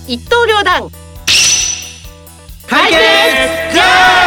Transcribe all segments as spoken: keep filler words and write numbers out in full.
一刀両断解決ジャ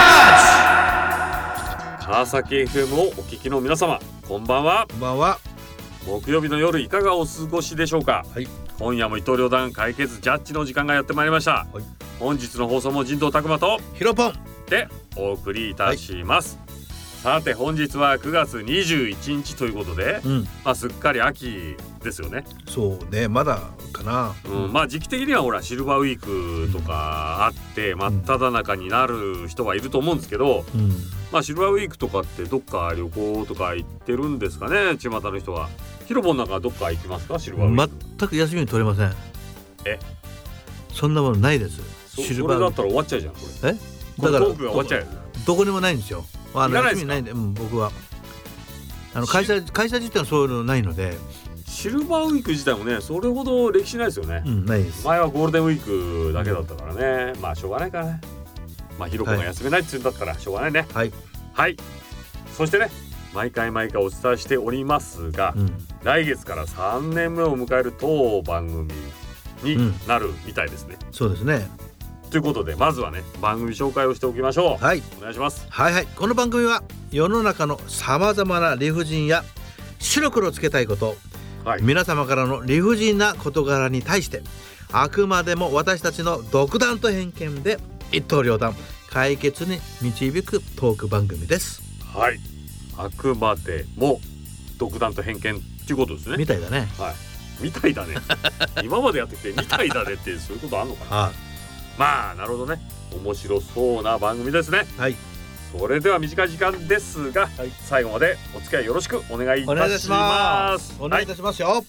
ッ川崎 エフエム をお聞きの皆様、こんばんは。 ジ。こんばんは。 木曜日の夜いかがお過ごしでしょうか。 はい、 今夜も一刀両断解決ジャッジの時間がやってまいりました、 はい、 本日の放送も神藤拓馬とヒロポンでお送りいたします、はい、さて本日はくがつにじゅういちにちということで、うんまあ、すっかり秋ですよね。 そうね、まだかな、 うん、まあ時期的にはほらシルバーウィークとかあって真っ只中になる人はいると思うんですけど、うんまあ、シルバーウィークとかってどっか旅行とか行ってるんですかね、巷の人は。ヒロポンなんかどっか行きますか、シルバーウィーク。 全く休み取れません。 えそんなものないです。 シルバーそれだったら終わっちゃうじゃんこれ。えだからトークが終わっちゃう。 どこにもないんですよ。あの行かないですか。 休みないんで、うん、僕はあの会社会社自体はそういうのないので。 シルバーウィーク自体もねそれほど歴史ないですよね、 うん、ないです。 前はゴールデンウィークだけだったからね、うん、まあしょうがないからね。まあヒロポンが休めないって言うんだったらしょうがないね。 はいはい。そしてね毎回毎回お伝えしておりますが、うん、来月からさんねんめを迎える当番組になるみたいですね、 うん、そうですね。 ということでまずはね番組紹介をしておきましょう。 はい、 お願いします。 はいはい。この番組は世の中のさまざまな理不尽や白黒つけたいこと、はい、皆様からの理不尽な事柄に対してあくまでも私たちの独断と偏見で一刀両断解決に導くトーク番組です。 はい、あくまでも独断と偏見っていうことですね。 みたいだね。 はい、みたいだね今までやってきてみたいだねってそういうことあんのかな。ああまあなるほどね、面白そうな番組ですね。はい、それでは短い時間ですが、はい、最後までお付き合いよろしくお願いいたします。 お願いいたしますよ、はい、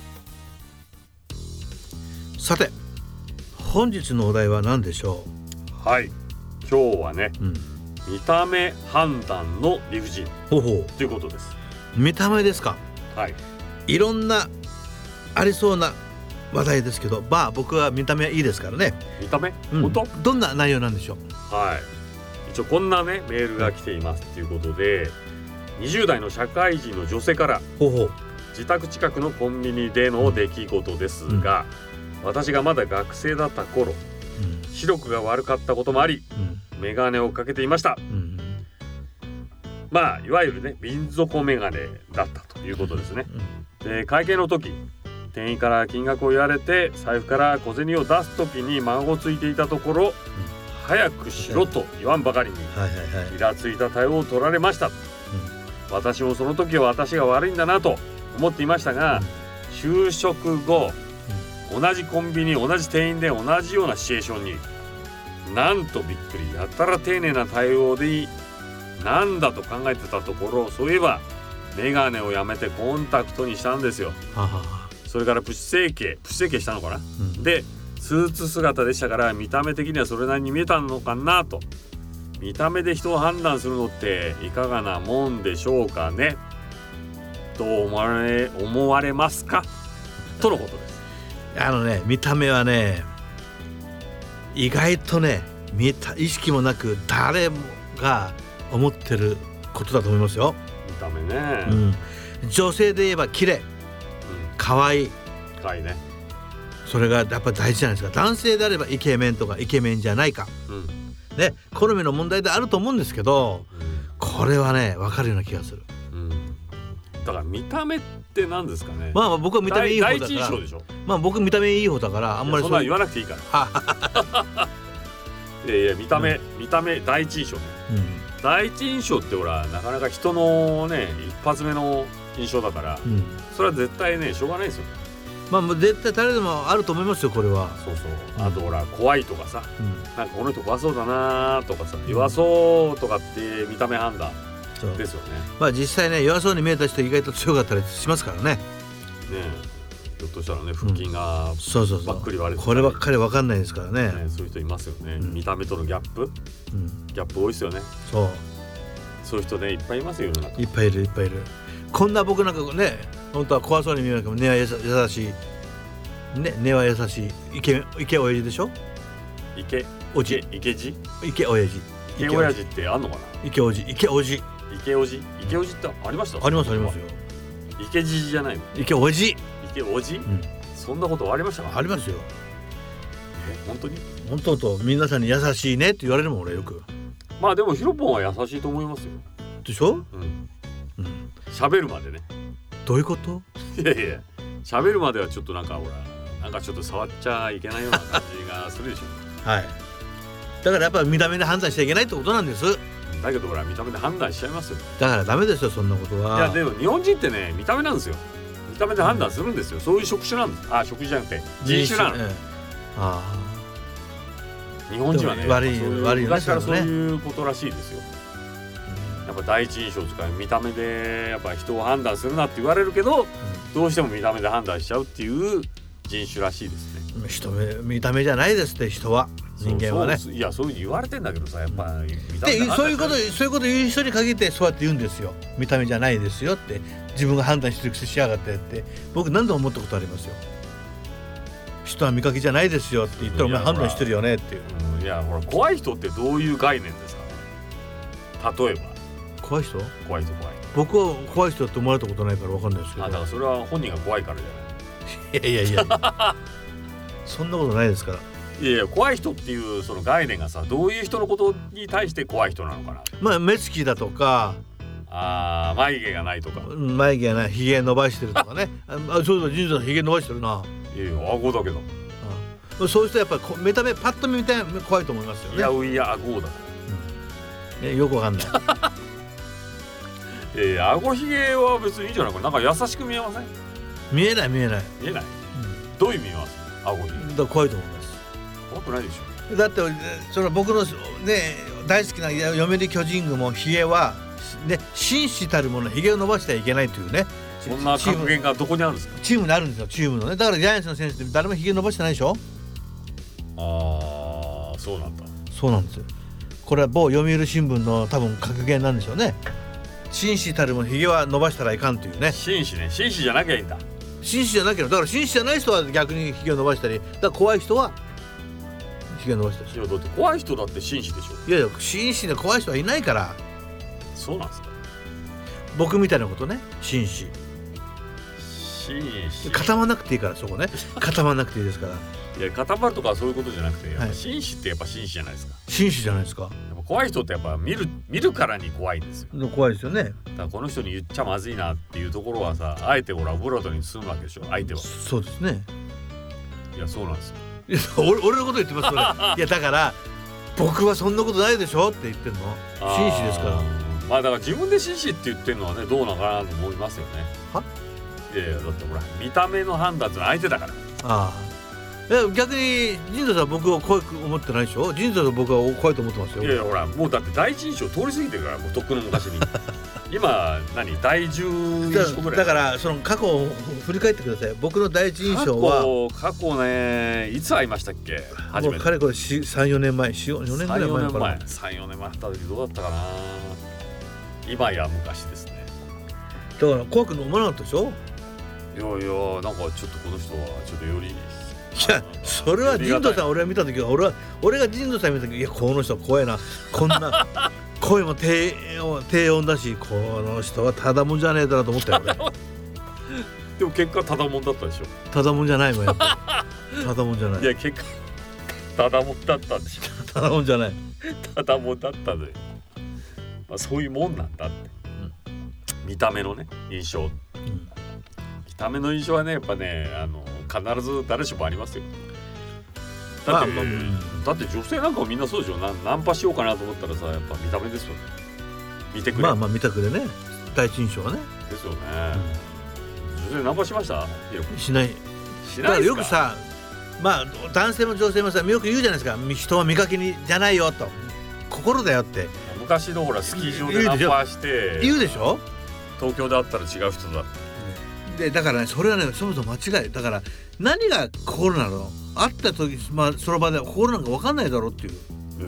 さて本日のお題は何でしょう。はい、今日はね、うん、見た目判断の理不尽ということです。 見た目ですか。 はい、 いろんなありそうな話題ですけど、まあ僕は見た目はいいですからね。 見た目、 うん、 本当どんな内容なんでしょう。はい、一応こんなねメールが来ていますということで、にじゅう代の社会人の女性からほうほう自宅近くのコンビニでの出来事ですが、うん、私がまだ学生だった頃、うん、視力が悪かったこともあり、うん、メガネをかけていました、うん、まあいわゆるね瓶底メガネだったということですね、うん、で会計の時店員から金額を言われて財布から小銭を出す時に孫ついていたところ、うん、早くしろと言わんばかりにイラついた対応を取られました、うん、私もその時は私が悪いんだなと思っていましたが、うん、就職後、うん、同じコンビニ同じ店員で同じようなシチュエーションになんとびっくりやったら丁寧な対応でなんだと考えてたところ、そういえばメガネをやめてコンタクトにしたんですよ。ははそれからプチ整形プチ整形したのかな、うん、でスーツ姿でしたから見た目的にはそれなりに見えたのかなと。見た目で人を判断するのっていかがなもんでしょうかねと思われ、思われますかとのことです。 あのね見た目はね意外とね見た意識もなく誰もが思ってることだと思いますよ。 見た目ね、 うん、女性で言えば綺麗、可愛い、 可愛いね。 それがやっぱ大事じゃないですか。男性であればイケメンとかイケメンじゃないか、うんね、好みの問題であると思うんですけど、うん、これはね分かるような気がする、 うん、だから見た目って何ですかね。 まあ僕は見た目いい方だから第一印象でしょ。 まあ僕見た目いい方だからあんまりそんな言わなくていいからいやいや見た目、うん、見た目第一印象ね、うん、第一印象ってほらなかなか人のね一発目の印象だから、うん、それは絶対ねしょうがないですよ。 まあ絶対誰でもあると思いますよこれは。 そうそう、うん、あとほら怖いとかさ、うん、なんかこの人怖そうだなとかさ、うん、弱そうとかって見た目判断ですよね。 まあ実際ね弱そうに見えた人意外と強かったりしますからね。ねえひょっとしたらね腹筋がばっくり割れてたり、 こればっかり分かんないですから ね, ねそういう人いますよね、うん、見た目とのギャップ、うん、ギャップ多いですよね。 そうそういう人ねいっぱいいますよね。 いっぱいいるいっぱいいる。こんな僕なんかね本当は怖そうに見えるけど根は優しいね、根は優しいイケイケオヤジでしょ。 イケおじイケジイケオヤジイケオヤジってあんのかな。 イケオジイケオジイケオジイケオジってありました。 ありますありますよ。 イケジじゃないの。 イケオジイケオジ、うん、そんなことありましたか。 ありますよ。 本当に本当と皆さんに優しいねって言われるもん俺よく。 まあでもヒロポンは優しいと思いますよ。 でしょ。うんうん喋るまでね。 どういうこと？ いやいや喋るまではちょっとなんかほらなんかちょっと触っちゃいけないような感じがするでしょ。 はい。だからやっぱ見た目で判断しちゃいけないってことなんです。 だけどほら見た目で判断しちゃいますよ。 だからダメですよそんなことは。 いやでも日本人ってね見た目なんですよ。見た目で判断するんですよ、うん、そういう職種なんです。あ職種じゃなくて人種なの、ええ、ああ日本人はね悪い悪い昔からそういうことらしいですよ、うん、やっぱ第一印象とか見た目でやっぱ人を判断するなって言われるけど、うん、どうしても見た目で判断しちゃうっていう人種らしいですね。 人目見た目じゃないですって人は人間はね。 そうそういやそういうふうに言われてんだけどさやっぱ見た目で判断そういうことそういうこと言う人に限ってそうやって言うんですよ。見た目じゃないですよって自分が判断してるくせしやがってって僕何度も思ったことありますよ。人は見かけじゃないですよって言ったらお前判断してるよねっていう。 うん、いやほら怖い人ってどういう概念ですか。例えば怖い人怖い人怖い人僕は怖い人って思われたことないから分かんないですけど。 あだからそれは本人が怖いからじゃない。いやいやいやそんなことないですから。 いやいや怖い人っていうその概念がさどういう人のことに対して怖い人なのかな。 まあ目つきだとかあ眉毛がないとか眉毛がないひげ伸ばしてるとかねあそうそう人生ひげ伸ばしてるな。 いやいや顎だけどあそういう人はやっぱり見た目パッと見た目怖いと思いますよね。 いやいや顎だ、 うん、よくわかんないいやいや顎ひげは別にいいじゃないか。なんか優しく見えません。 見えない見えない見えない、うん、どういう意味見えます顎ひげ。 だから怖いと思います。 怖くないでしょ。 だってその僕のね大好きな読売巨人軍もひげはね紳士たるものひげを伸ばしてはいけないというね。 そんな格言がどこにあるんですか。 チームにあるんですよチームのね。だからジャイアンツの選手って誰もひげ伸ばしてないでしょ。 ああそうなんだ。 そうなんですよ。これは某読売新聞の多分格言なんでしょうね。紳士たるもひげは伸ばしたらいかんというね。 紳士ね紳士じゃなきゃいいんだ。 紳士じゃなきゃだから紳士じゃない人は逆にひげを伸ばしたりだから怖い人はひげ伸ばしたり。 いやだって怖い人だって紳士でしょ。 いやいや紳士で怖い人はいないから。 そうなんですか。 僕みたいなことね紳士紳士固まなくていいからそこね固まなくていいですから。 いや固まるとかそういうことじゃなくてやっぱ紳士ってやっぱ紳士じゃないですか。 紳士じゃないですか。 やっぱ怖い人ってやっぱ見る見るからに怖いんですよ。 怖いですよね。 だからこの人に言っちゃまずいなっていうところはさあえてほらオブラートに包むわけでしょ相手は。 そうですね。 いやそうなんですよ。 いや 俺, 俺のこと言ってますそれいやだから僕はそんなことないでしょって言ってるの紳士ですから。 まあだから自分で紳士って言ってるのはねどうなのかなと思いますよね。はいやいやだってほら見た目の判断ってのは相手だから。ああいや逆に陣藤さん僕は怖く思ってないでしょ。陣藤さん僕は怖いと思ってますよ。いやいやほらもうだって第一印象通り過ぎてるからもうとっくの昔に今何第十印象ぐらいだからその過去を振り返ってください。僕の第一印象は過去、過去ねいつ会いましたっけ。初めてかれこれさん、よねんまえよねんぐらい前かな。さん、よねんまえ会った時どうだったかな。今や昔ですね。だから怖く思わなかったでしょ。いやいやなんかちょっとこの人はちょっとよりいやそれは陣藤さん俺が見た時は俺は俺が陣藤さん見た時いやこの人怖いなこんな声も低音、低音だしこの人はただもんじゃねえだなと思ったよ俺でも結果ただもんだったでしょ。ただもんじゃないもんやっぱただもんじゃない。いや結果ただもんだったんでしょ。ただもんじゃないただもんだったのよ。まあ、そういうもんなんだって、うん、見た目のね印象、うん、見た目の印象はねやっぱねあの必ず誰しもありますよ。だって、まあまあ、だって女性なんかもみんなそうでしょ。なナンパしようかなと思ったらさやっぱ見た目ですよね。見てくれまあまあ見たくれね第一印象はねですよね、うん、女性ナンパしました。しないしないですか。だからよくさまあ男性も女性もさよく言うじゃないですか人は見かけにじゃないよと心だよって。昔のほらスキー場でナンパして言うでしょ。東京で会ったら違う人だでだからねそれはねそもそも間違いだから何が心なの会った時まあその場で心なんか分かんないだろうっていう。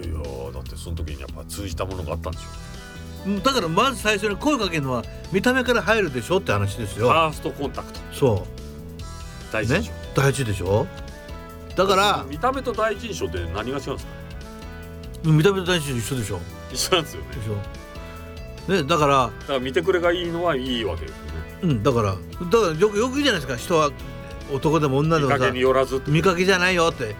いやいやだってその時にやっぱ通じたものがあったんでしょ。だからまず最初に声かけるのは見た目から入るでしょって話ですよ。ファーストコンタクト。そう大事でしょ、ね、大事でしょ。だから見た目と第一印象って何が違うんですか。見た目と第一印象一緒でしょ。一緒なんですよね。ね、だからだから見てくれがいいのはいいわけですよね。うんだからだからよくよく言うじゃないですか人は男でも女でもさ見かけによらず見かけじゃないよって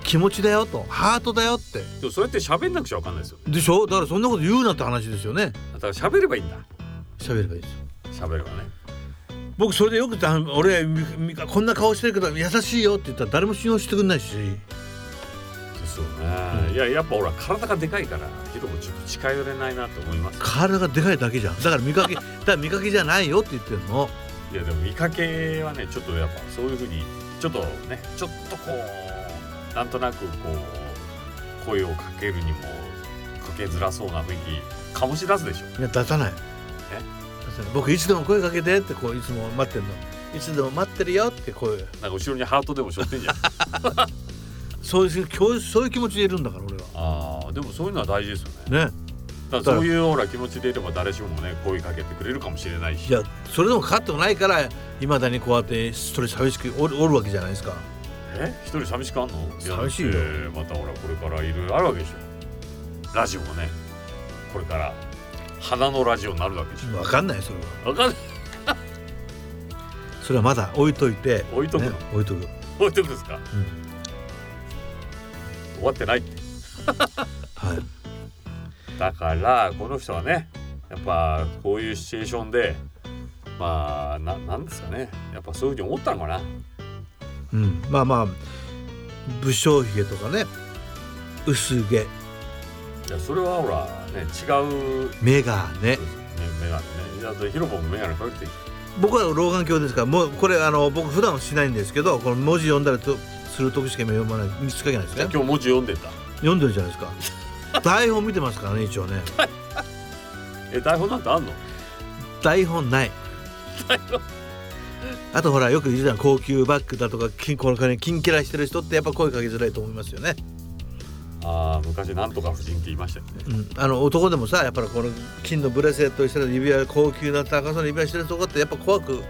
気持ちだよと、ハートだよって。 でもそうやって喋んなくちゃ分かんないですよね。 でしょ。だからそんなこと言うなって話ですよね。 だから喋ればいいんだ。 喋ればいいですよ。 喋ればね。 僕それでよく俺こんな顔してるけど優しいよって言ったら誰も信用してくんないし。 ですよね、うん、いややっぱ俺は体がでかいからヒロもちょっと近寄れないなと思います。 体がでかいだけじゃん。だから見かけだから見かけじゃないよって言ってるの。 いやでも見かけはねちょっとやっぱそういう風にちょっとねちょっとこうなんとなくこう声をかけるにもかけづらそうな雰囲気醸し出すでしょ。 いや出さない。 え僕いつでも声かけてってこういつも待ってるの。いつでも待ってるよって声。なんか後ろにハートでもしょってんじゃんそういうそういう気持ちでいるんだから俺は。 ああでもそういうのは大事ですよね。ね。だからそういうほら気持ちでいれば誰しもね声かけてくれるかもしれないし。 いやそれでもかかってもないからいまだにこうやって一人寂しくお る, おるわけじゃないですか。 え一人寂しくあんの？ 寂しいよ。 またほらこれからいろいろあるわけでしょ。ラジオもねこれから花のラジオになるわけでしょ。 分かんないそれは。 分かんないそれはまだ置いといて。 置いとくの、 ね、置いとく置いとくんですか、うん、終わってないってはいだからこの人はねやっぱこういうシチュエーションでまあ な, なんですかねやっぱそういうふうに思ったのかな。 うんまあまあ武将髭とかね薄毛。いやそれはほらね違うメガネ。ねメガネね。だってヒロポンもメガネかけていい。 僕は老眼鏡ですからもうこれあの僕普段はしないんですけどこの文字読んだりとする時しか読まない見つかけないですね。 今日文字読んでた。 読んでるじゃないですか台本見てますからね一応ねえ台本なんてあんの？ 台本ないあとほらよく言うじゃん高級バッグだとか金この金キンキラしてる人ってやっぱ声かけづらいと思いますよね。 あ昔なんとか夫人って言いましたよね、 うん、あの男でもさやっぱりこの金のブレスレットしてる指輪高級な高さの指輪してるとこってやっぱ怖く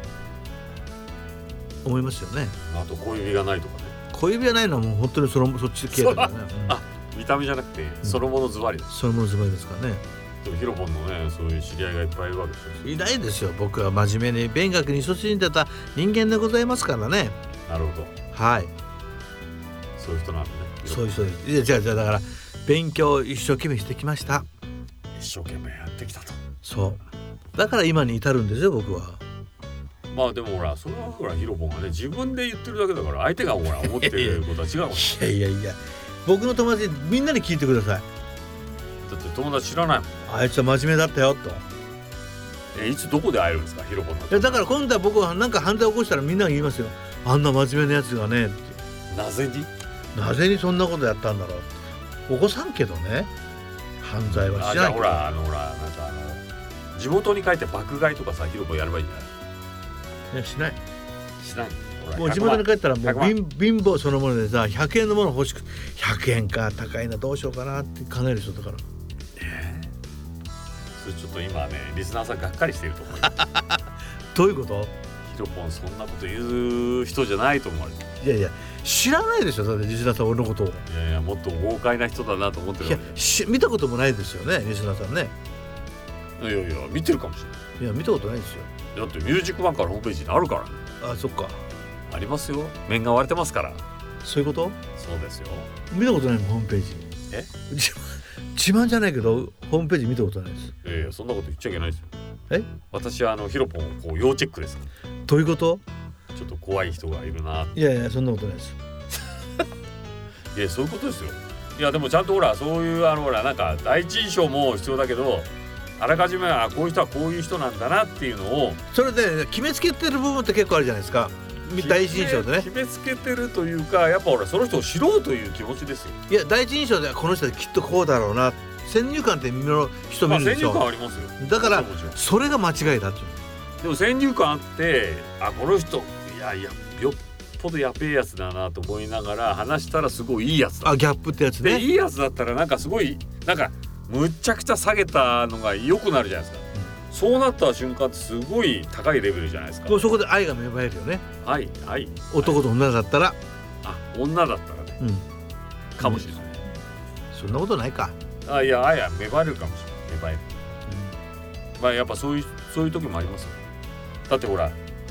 思いますよね。 あと小指がないとかね。 小指がないのはもう本当にそのそっち系だからね、 うん、あ見た目じゃなくてそのものズバリです、 うん、そのものズバリですからね。 でもヒロポンのねそういう知り合いがいっぱいいるわけですよ。 いないですよ。僕は真面目に勉学に勤しんでた人間でございますからね。 なるほど。 はいそういう人なんでね。 そういう人です。いやじゃあじゃあだから勉強一生懸命してきました。 一生懸命やってきたと。 そうだから今に至るんですよ僕は。 まあでもほらそれはほらヒロポンがね自分で言ってるだけだから相手がほら思ってることは違うもん。いやいやいや僕の友達みんなに聞いてください。 だって友達知らないもん。 あいつは真面目だったよと。 えいつどこで会えるんですかヒロポンの。 いやだから今度は僕は何か犯罪を起こしたらみんなが言いますよ。あんな真面目なやつがねって。 なぜになぜにそんなことやったんだろう。起こさんけどね犯罪はしないけど。 あじゃあほらあのほらなんかあの地元に帰って爆買いとかさヒロポンやればいいんじゃない。 いやしないしない。 もう地元に帰ったらもう貧貧乏そのものでさひゃくえんのもの欲しくひゃくえんか高いなどうしようかなって考える人だから。 えー、それちょっと今ねリスナーさんがっかりしていると思うどういうこと。 ヒロポンそんなこと言う人じゃないと思われる。 いやいや知らないでしょだってリスナーさん俺のことを。いやいやもっと豪快な人だなと思ってる。 いやし見たこともないですよねリスナーさんね。 いやいや見てるかもしれない。 いや見たことないですよ。 だってミュージックバンカーのホームページにあるからね。 あそっかありますよ。面が割れてますから。 そういうこと。 そうですよ。 見たことないもんホームページ。 え自慢じゃないけどホームページ見たことないです。 いやいやそんなこと言っちゃいけないですよ。 え私はあのヒロポンをこう要チェックです。 どういうこと。 ちょっと怖い人がいるな。 いやいやそんなことないですいやそういうことですよ。いやでもちゃんとほらそういうあのほらなんか第一印象も必要だけどあらかじめあこういう人はこういう人なんだなっていうのをそれで決めつけてる部分って結構あるじゃないですか第一印象でね。 決めつけてるというかやっぱ俺その人を知ろうという気持ちですよ。 いや第一印象ではこの人はきっとこうだろうな先入観って人見るでしょ、 まあ、先入観ありますよ。 だからそれが間違いだって。 でも先入観あってあこの人いやいやよっぽどやべえやつだなと思いながら話したらすごいいいやつだ。 あギャップってやつね。 でいいやつだったらなんかすごいなんかむっちゃくちゃ下げたのが良くなるじゃないですか、うん、そうなった瞬間ってすごい高いレベルじゃないですか。 もうそこで愛が芽生えるよね。 愛愛男と女だったら。 あ女だったらね、うん、かもしれない、 うん、そんなことないか。 あいや愛は芽生えるかもしれない。芽生える、うん、まあやっぱそういうそういう時もありますよ。だってほら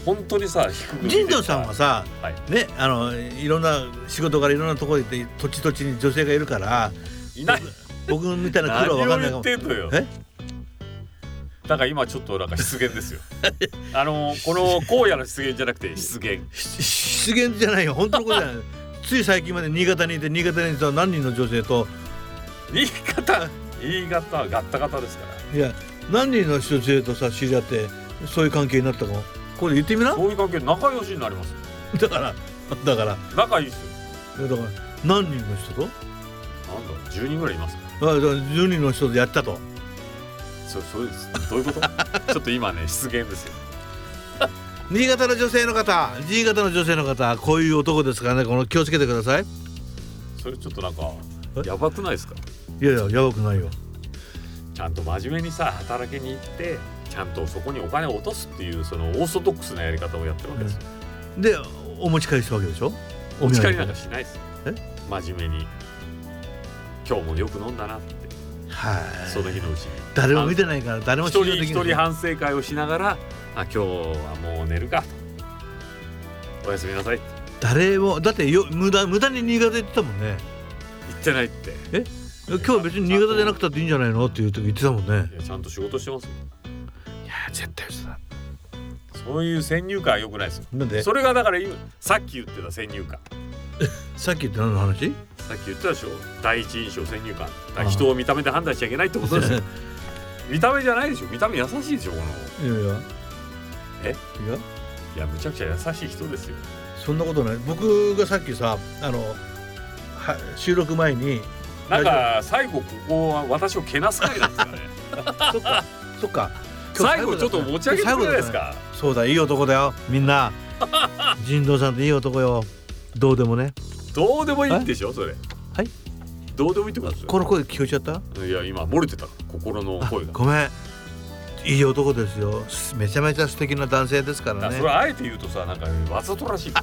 本当にさ低く見て神藤さんはさ、 はい、 ね、あのいろんな仕事からいろんなところに行って土地土地に女性がいるからいない僕みたいな苦労は分かんないかも。 何を言ってんのよ。 えだから今ちょっとなんか失言ですよあのこの荒野の失言じゃなくて失言失言じゃないよ、本当のことじゃないつい最近まで新潟にいて、新潟にいた何人の女性と新潟新潟はガッタガタですから。 いや何人の女性とさ知り合ってそういう関係になったかもこれ言ってみな。 そういう関係仲良しになりますだからだから仲いいですよ。 だから何人の人となんだじゅうにんぐらいいますあだからじゅうにんの人とやったと。 そうそうです。どういうことちょっと今ね失言ですよ新潟の女性の方新潟の女性の方こういう男ですからね、この気をつけてください。 それちょっとなんかやばくないですか。 いやいややばくないよ。 ちゃんと真面目にさ働きに行ってちゃんとそこにお金を落とすっていうそのオーソドックスなやり方をやってるわけですよ、 うん、でお持ち帰りしたわけでしょ。 お持ち帰りなんかしないですよ。 え真面目に今日もよく飲んだなってはいその日のうちに誰も見てないから誰も一人一人反省会をしながらあ今日はもう寝るかとおやすみなさい。 誰もだってよ無駄無駄に新潟行ってたもんね。 言ってないって。 え今日は別に新潟でなくたっていいんじゃないのっていう時言ってたもんね。 いやちゃんと仕事してますよ。 いや絶対嘘だ。 そういう先入観は良くないですよ。 なんでそれがだから今さっき言ってた先入観さっき言って何の話。 さっき言ってたでしょ。第一印象先入観。だから人を見た目で判断しちゃいけないってことですよ見た目じゃないでしょ。見た目優しいでしょこの。 いやいやえいやいやむちゃくちゃ優しい人ですよ。 そんなことない。僕がさっきさあのは収録前になんか最後ここは私をけなす回なんですよねそっかそっか最後ちょっと持ち上げてくれないですか。 そうだいい男だよみんな神藤さんっていい男よ。どうでもねどうでもいいんでしょそれ。 はいどうでもいいってことですよ。 この声聞こえちゃった。 いや今漏れてた心の声が。 ごめんいい男ですよ。めちゃめちゃ素敵な男性ですからね。 それあえて言うとさなんかわざとらしい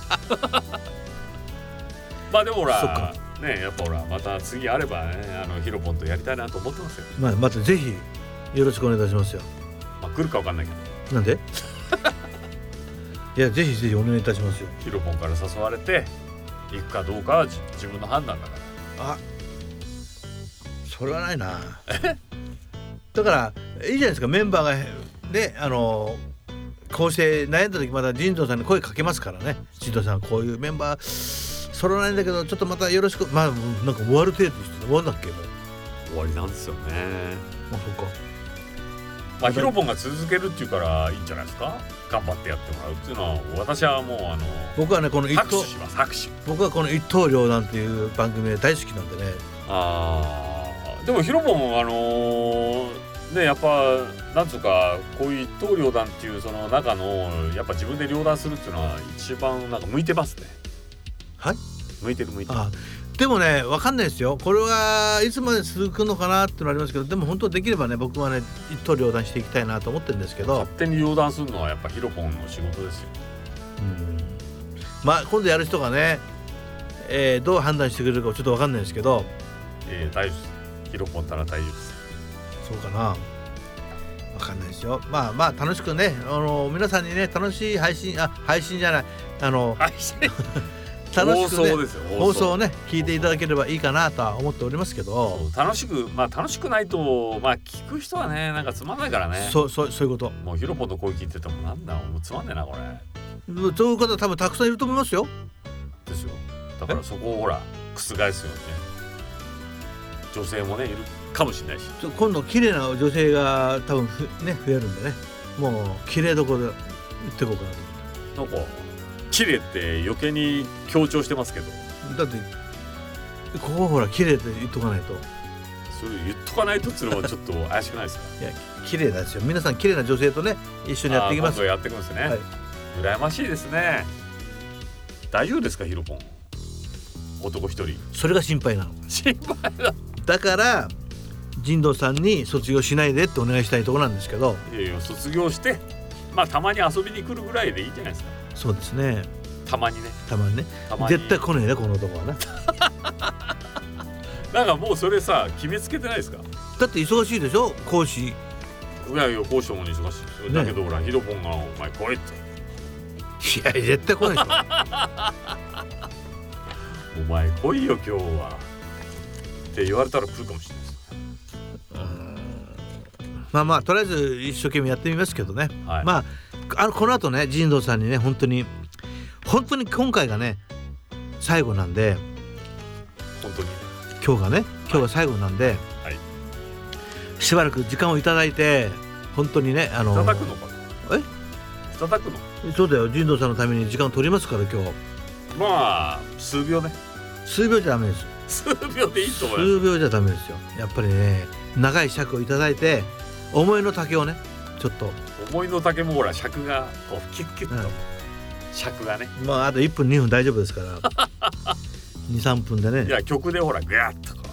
まあでもほらねやっぱほらまた次あればねあのヒロポンとやりたいなと思ってますよ。 まあまたぜひよろしくお願いいたしますよ。 まあ来るかわかんないけど。 なんでいやぜひぜひお願いいたしますよ。 ヒロポンから誘われて行くかどうかは自分の判断だから。 あそれはないなだからいいじゃないですか。メンバーがねあのこうして悩んだ時また神藤さんに声かけますからね。神藤さんこういうメンバー揃わないんだけどちょっとまたよろしく。まあなんか終わる程度にして終わるんだっけもう終わりなんですよね。 あそっか。 まあヒロポンが続けるっていうからいいんじゃないですか。頑張ってやってもらうっていうのは私はもうあの僕はねこの一拍刀手します拍手。 僕はこの一刀両断っていう番組大好きなんでね。 あーでもヒロポンあのー、ねやっぱなんつうかこういう一刀両断っていうその中のやっぱ自分で両断するっていうのは一番なんか向いてますね。 はい向いてる向いてる。 あでもね分かんないですよ。これはいつまで続くのかなってのありますけどでも本当できればね僕はね一刀両断していきたいなと思ってるんですけど勝手に両断するのはやっぱヒロポンの仕事ですよ。 うんまあ今度やる人がね、えー、どう判断してくれるかちょっと分かんないですけど、 えー、大丈夫です。ヒロポンたら大丈夫です。 そうかな分かんないですよ。まあまあ楽しくねあの皆さんにね楽しい配信あ配信じゃないあの配信楽しくね放送ですよ。 放送をね聞いていただければいいかなとは思っておりますけど楽しくまあ楽しくないとまあ聞く人はねなんかつまんないからね。 そうそうそういうこと。 もうヒロポンの声聞いててもなんだもうつまんねえなこれそういう方多分たくさんいると思いますよ。 ですよ。だからそこをほら覆すようにね女性もねいるかもしれないし今度綺麗な女性が多分ふね増えるんでねもう綺麗どころで言っていこうかなと。 なんか綺麗って余計に強調してますけどだってここほら綺麗って言っとかないと。 それ言っとかないとっていうのはちょっと怪しくないですかいや綺麗なんですよ。皆さん綺麗な女性とね一緒にやっていきます。 今度やっていくんですね、はい、羨ましいですね。大丈夫ですかヒロポン男一人。 それが心配なの。 心配だ。 だから神藤さんに卒業しないでってお願いしたいところなんですけど。 いやいや卒業してまあたまに遊びに来るぐらいでいいじゃないですか。 そうですねたまにねたまにねたまに絶対来ねえねこの男はななんかもうそれさ決めつけてないですか。 だって忙しいでしょ講師。 いやいや講師も忙しいですよ、ね、だけどほらヒロポンがお前来いっていや絶対来ないでしょお前来いよ今日はって言われたら来るかもしれないです。 うーんまあまあとりあえず一生懸命やってみますけどね、はい、まああのこの後ね神道さんにね本当に本当に今回がね最後なんで本当に今日がね今日が最後なんで、はいはい、しばらく時間をいただいて本当にねあのいただくのかな。えいただくの。 そうだよ神道さんのために時間を取りますから今日。 まあ数秒ね。 数秒じゃダメです。 数秒でいいと思います。 数秒じゃダメですよ。やっぱりね長い尺をいただいて思いの丈をねちょっと思いの丈もほら尺がこうキュッキュッと、うん、尺がねまああといっぷんにふん大丈夫ですからにさんぷんでね。 いや曲でほらグワッとか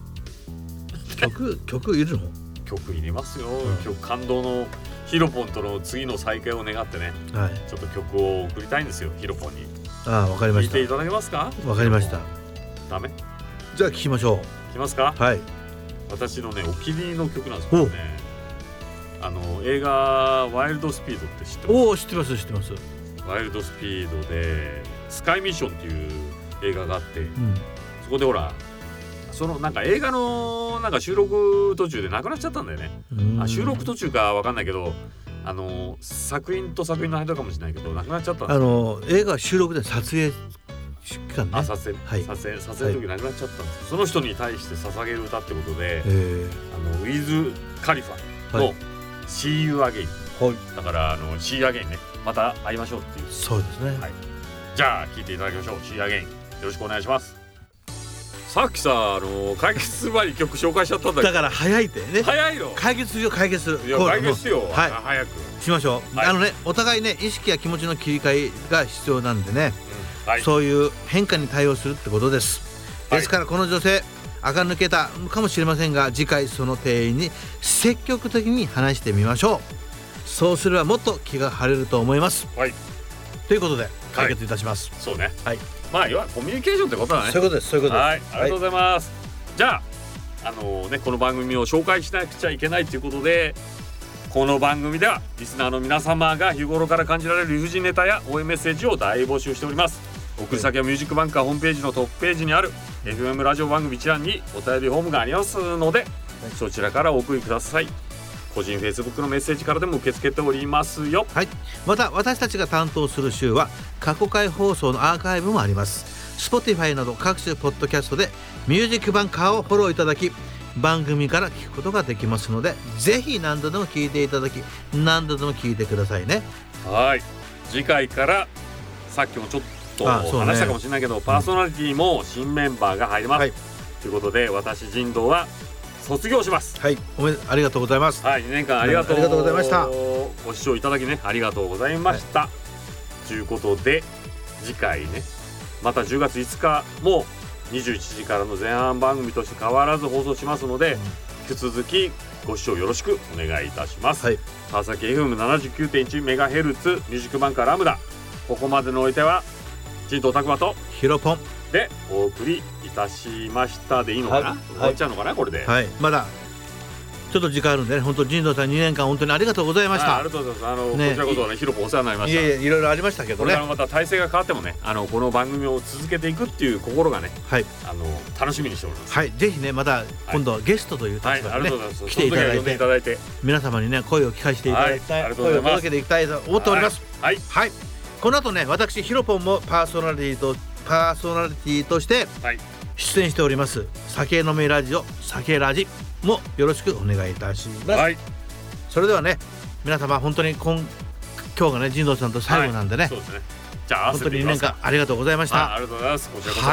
曲曲いるの。 曲いりますよ、うん、曲感動のヒロポンとの次の再会を願ってね、はい、ちょっと曲を送りたいんですよヒロポンに。 ああわかりました。 聞いていただけますか。 わかりました。 ダメ。 じゃあ聞きましょう。 聞きますか。 はい。 私のねお気に入りの曲なんですけどね、あの映画ワイルドスピードって知ってます。 おお知ってます知ってます。 ワイルドスピードでスカイミッションっていう映画があって、うん、そこでほらそのなんか映画のなんか収録途中で亡くなっちゃったんだよね。あ収録途中かわかんないけどあの作品と作品の間かもしれないけど亡くなっちゃったんですよ。 あの映画収録で撮影期間ね。 あ撮影、はい、撮影撮影の時亡くなっちゃったんですよ、はい、その人に対して捧げる歌ってことで、あのウィズ・カリファの See You Again、はい、だからあの See You Again ねまた会いましょうっていう。 そうですね、 はい、じゃあ聴いていただきましょう。 See You Again よろしくお願いします。さっきさあの解決する前に曲紹介しちゃったんだけどだから早いってね。 早いの。 解決するよ解決する。 いや解決しよう、はい、早くしましょう、はい、あのねお互いね意識や気持ちの切り替えが必要なんでね、うんはい、そういう変化に対応するってことです。ですからこの女性垢抜けたかもしれませんが次回その店員に積極的に話してみましょう。そうすればもっと気が晴れると思います、はい、ということで解決いたします、 はい、そうね、 はい、 まあ要はコミュニケーションってことだね。 そういうことですそういうことです。 はい、ありがとうございます、はい、じゃああのねこの番組を紹介しなくちゃいけないということでこの番組ではリスナーの皆様が日頃から感じられる理不尽ネタや応援メッセージを大募集しております。送り先はミュージックバンカーホームページのトップページにある エフエム ラジオ番組一覧にお便りフォームがありますので、はい、そちらからお送りください。個人 Facebook のメッセージからでも受け付けておりますよ。 はい、また私たちが担当する週は過去回放送のアーカイブもあります。 Spotify など各種ポッドキャストでミュージックバンカーをフォローいただき番組から聞くことができますのでぜひ何度でも聞いていただき何度でも聞いてくださいね。 はい、次回からさっきもちょっと話したかもしれないけど、ね、パーソナリティも新メンバーが入ります、はい、ということで私神道は卒業します。 はい、おめでありがとうございます。 はい、にねんかんありがとう、 ありがとうございました。 ご視聴いただきねありがとうございました、はい、ということで次回ねまたじゅうがついつかもにじゅういちじからの前半番組として変わらず放送しますので、うん、引き続きご視聴よろしくお願いいたします、はい、川崎 エフエムななじゅうきゅうてんいちメガヘルツ ミュージックバンカーラムダ、ここまでのお相手は神道拓磨とヒロポンでお送りいたしましたでいいのかな、はい、終わっちゃうのかなこれで。 はい、まだちょっと時間あるんでね本当神道さんにねんかん本当にありがとうございました。 あ, ありがとうございます。あの、ね、こちらこそねヒロポンお世話になりました。 いやいやいろいろありましたけどね。 これからまた体制が変わってもねあのこの番組を続けていくっていう心がね、はい、あの楽しみにしております。 はい、ぜひねまた今度はゲストという立場で、ね、はいはい、 来ていただいて、いただいて皆様にね声を聞かせていただきたい、はい、声を届けていきたいと思っております。はい、はいはい、この後ね私ヒロポンもパーソナリティとパーソナリティとして出演しております、はい、酒飲めラジオ酒ラジもよろしくお願いいたします、はい、それではね皆様本当に今今日がね神道さんと最後なんでね、はい、そうですね。じゃあ本当ににねんかんありがとうございました。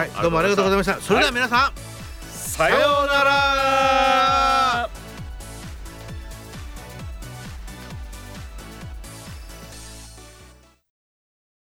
ありがとうございます。こちらこそ、 はい、どうもありがとうございました。それでは皆さん、はい、 さようなら。